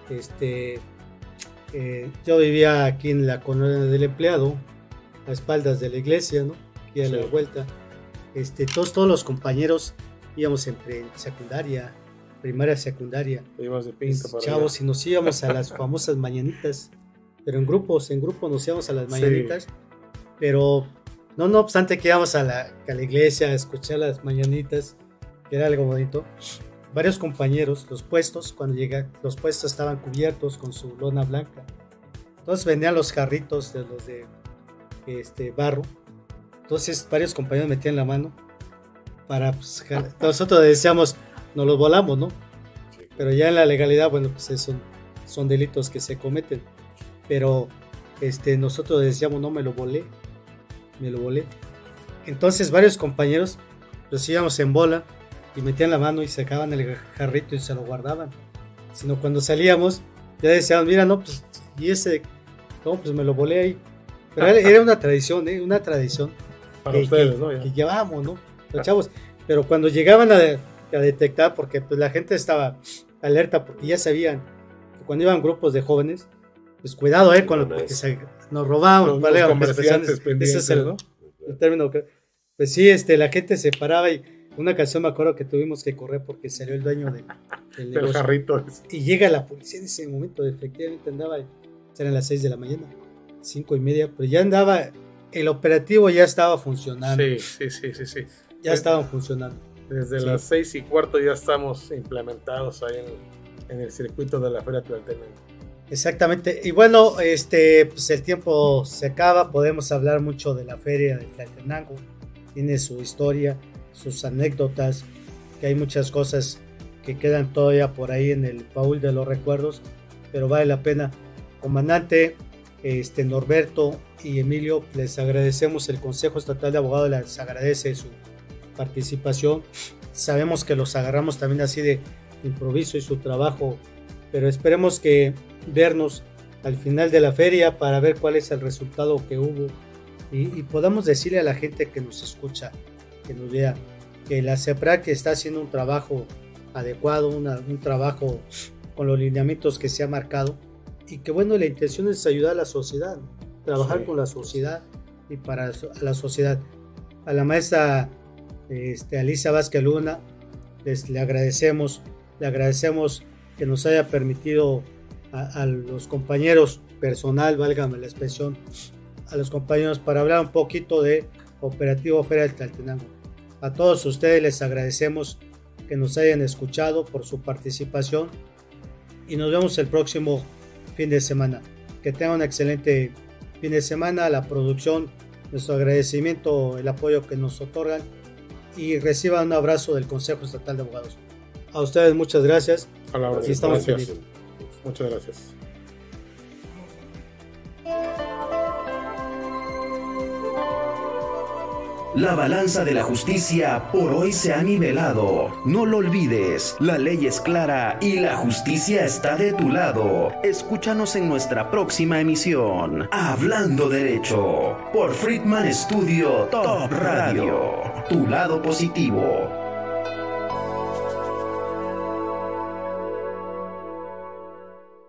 [SPEAKER 2] yo vivía aquí en la colonia del Empleado, a espaldas de la iglesia, ¿no? Aquí a la vuelta. Todos los compañeros íbamos en secundaria, primaria, secundaria,
[SPEAKER 7] de pinta para
[SPEAKER 2] chavos, allá. Y nos íbamos a las famosas mañanitas, pero en grupo nos íbamos a las mañanitas, pero no obstante que íbamos a la iglesia a escuchar las mañanitas, que era algo bonito. Varios compañeros, los puestos estaban cubiertos con su lona blanca, entonces vendían los jarritos de los de barro. Entonces varios compañeros metían la mano para nosotros decíamos nos los volamos, ¿no? Pero ya en la legalidad, bueno, pues son delitos que se cometen, pero nosotros decíamos no, me lo volé. Entonces varios compañeros los íbamos en bola y metían la mano y sacaban el jarrito y se lo guardaban, sino cuando salíamos ya decíamos, mira, no, pues y no, pues me lo volé ahí. Pero era una tradición,
[SPEAKER 7] para ustedes, ¿no?
[SPEAKER 2] Que llevábamos, ¿no? Los chavos. Pero cuando llegaban a detectar, porque pues la gente estaba alerta, porque ya sabían que cuando iban grupos de jóvenes, pues cuidado, porque nos robaban.
[SPEAKER 7] Los comerciantes pendientes,
[SPEAKER 2] ese es el término. Pues sí, la gente se paraba y una ocasión me acuerdo que tuvimos que correr porque salió el dueño del negocio.
[SPEAKER 7] Jarrito.
[SPEAKER 2] Y llega la policía en ese momento, efectivamente eran las 6 de la mañana. 5:30, pero ya andaba, el operativo ya estaba funcionando.
[SPEAKER 7] Sí.
[SPEAKER 2] Ya estaban funcionando.
[SPEAKER 7] Desde las 6:15 ya estamos implementados ahí en el circuito de la Feria Tlaltenango.
[SPEAKER 2] Exactamente. Y bueno, pues el tiempo se acaba. Podemos hablar mucho de la Feria de Tlaltenango. Tiene su historia, sus anécdotas, que hay muchas cosas que quedan todavía por ahí en el baúl de los recuerdos, pero vale la pena. Comandante, Norberto y Emilio, les agradecemos, el Consejo Estatal de Abogados les agradece su participación. Sabemos que los agarramos también así de improviso y su trabajo, pero esperemos que vernos al final de la feria para ver cuál es el resultado que hubo y podamos decirle a la gente que nos escucha, que nos vea, que la CEPRAC está haciendo un trabajo adecuado, un trabajo con los lineamientos que se ha marcado, y que bueno, la intención es ayudar a la sociedad, trabajar con la sociedad y para la sociedad. A la maestra Alicia Vázquez Luna le agradecemos que nos haya permitido a los compañeros personal, válgame la expresión, a los compañeros para hablar un poquito de Operativo Feria del Tlaltenango. A todos ustedes les agradecemos que nos hayan escuchado por su participación y nos vemos el próximo fin de semana. Que tengan un excelente fin de semana. A la producción, nuestro agradecimiento, el apoyo que nos otorgan y reciban un abrazo del Consejo Estatal de Abogados. A ustedes muchas gracias.
[SPEAKER 7] A la
[SPEAKER 2] y estamos
[SPEAKER 7] gracias. Muchas gracias.
[SPEAKER 1] La balanza de la justicia por hoy se ha nivelado. No lo olvides, la ley es clara y la justicia está de tu lado. Escúchanos en nuestra próxima emisión, Hablando Derecho, por Friedman Studio Top Radio. Tu lado positivo.